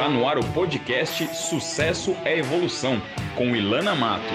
Está no ar o podcast Sucesso é Evolução, com Ilana Matos.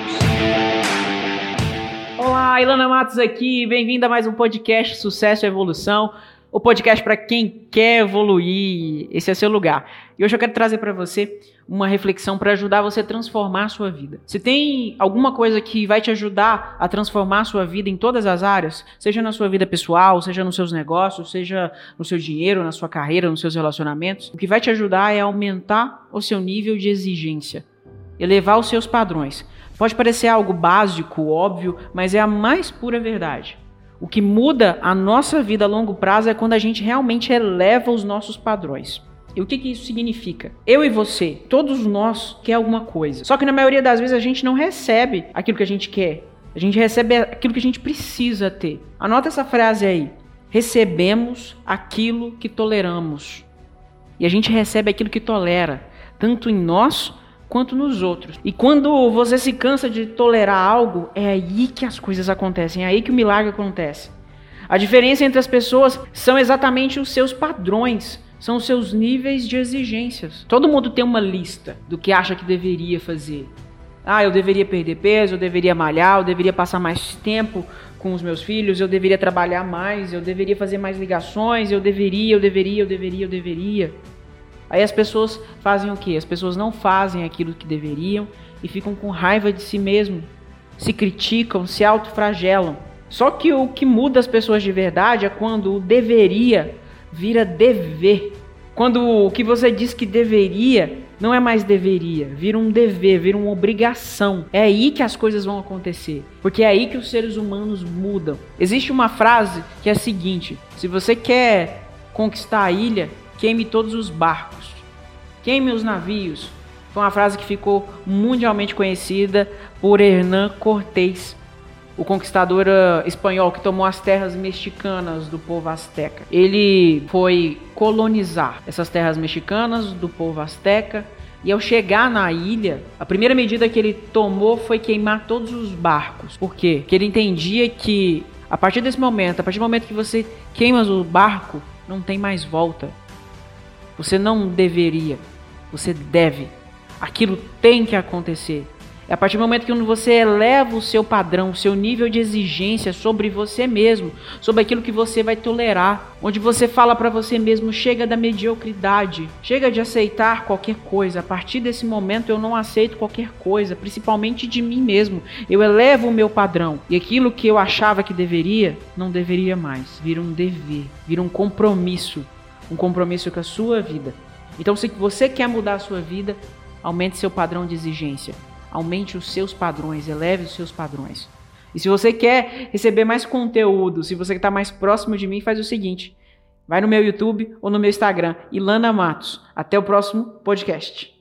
Olá, Ilana Matos aqui, bem-vinda a mais um podcast Sucesso é Evolução, o podcast para quem quer evoluir, esse é seu lugar. E hoje eu quero trazer para você uma reflexão para ajudar você a transformar a sua vida. Se tem alguma coisa que vai te ajudar a transformar a sua vida em todas as áreas, seja na sua vida pessoal, seja nos seus negócios, seja no seu dinheiro, na sua carreira, nos seus relacionamentos, o que vai te ajudar é aumentar o seu nível de exigência, elevar os seus padrões. Pode parecer algo básico, óbvio, mas é a mais pura verdade. O que muda a nossa vida a longo prazo é quando a gente realmente eleva os nossos padrões. E o que isso significa? Eu e você, todos nós quer alguma coisa. Só que na maioria das vezes a gente não recebe aquilo que a gente quer. A gente recebe aquilo que a gente precisa ter. Anota essa frase aí. Recebemos aquilo que toleramos. E a gente recebe aquilo que tolera, tanto em nós quanto nos outros. E quando você se cansa de tolerar algo, é aí que as coisas acontecem, é aí que o milagre acontece. A diferença entre as pessoas são exatamente os seus padrões, são os seus níveis de exigências. Todo mundo tem uma lista do que acha que deveria fazer. Eu deveria perder peso, eu deveria malhar, eu deveria passar mais tempo com os meus filhos, eu deveria trabalhar mais, eu deveria fazer mais ligações, eu deveria. Aí as pessoas fazem o quê? As pessoas não fazem aquilo que deveriam e ficam com raiva de si mesmo, se criticam, se autoflagelam. Só que o que muda as pessoas de verdade é quando o deveria vira dever. Quando o que você diz que deveria não é mais deveria, vira um dever, vira uma obrigação. É aí que as coisas vão acontecer, porque é aí que os seres humanos mudam. Existe uma frase que é a seguinte: se você quer conquistar a ilha, queime todos os barcos, queime os navios. Foi uma frase que ficou mundialmente conhecida por Hernán Cortés, o conquistador espanhol que tomou as terras mexicanas do povo azteca. Ele foi colonizar essas terras mexicanas do povo azteca e ao chegar na ilha, a primeira medida que ele tomou foi queimar todos os barcos. Por quê? Porque ele entendia que a partir do momento que você queima o barco, não tem mais volta. Você não deveria, você deve. Aquilo tem que acontecer. É a partir do momento que você eleva o seu padrão, o seu nível de exigência sobre você mesmo, sobre aquilo que você vai tolerar, onde você fala para você mesmo: chega da mediocridade, chega de aceitar qualquer coisa. A partir desse momento eu não aceito qualquer coisa, principalmente de mim mesmo. Eu elevo o meu padrão e aquilo que eu achava que deveria, não deveria mais. Vira um dever, vira um compromisso com a sua vida. Então, se você quer mudar a sua vida, aumente seu padrão de exigência. Aumente os seus padrões, eleve os seus padrões. E se você quer receber mais conteúdo, se você está mais próximo de mim, faz o seguinte: vai no meu YouTube ou no meu Instagram, Ilana Matos. Até o próximo podcast.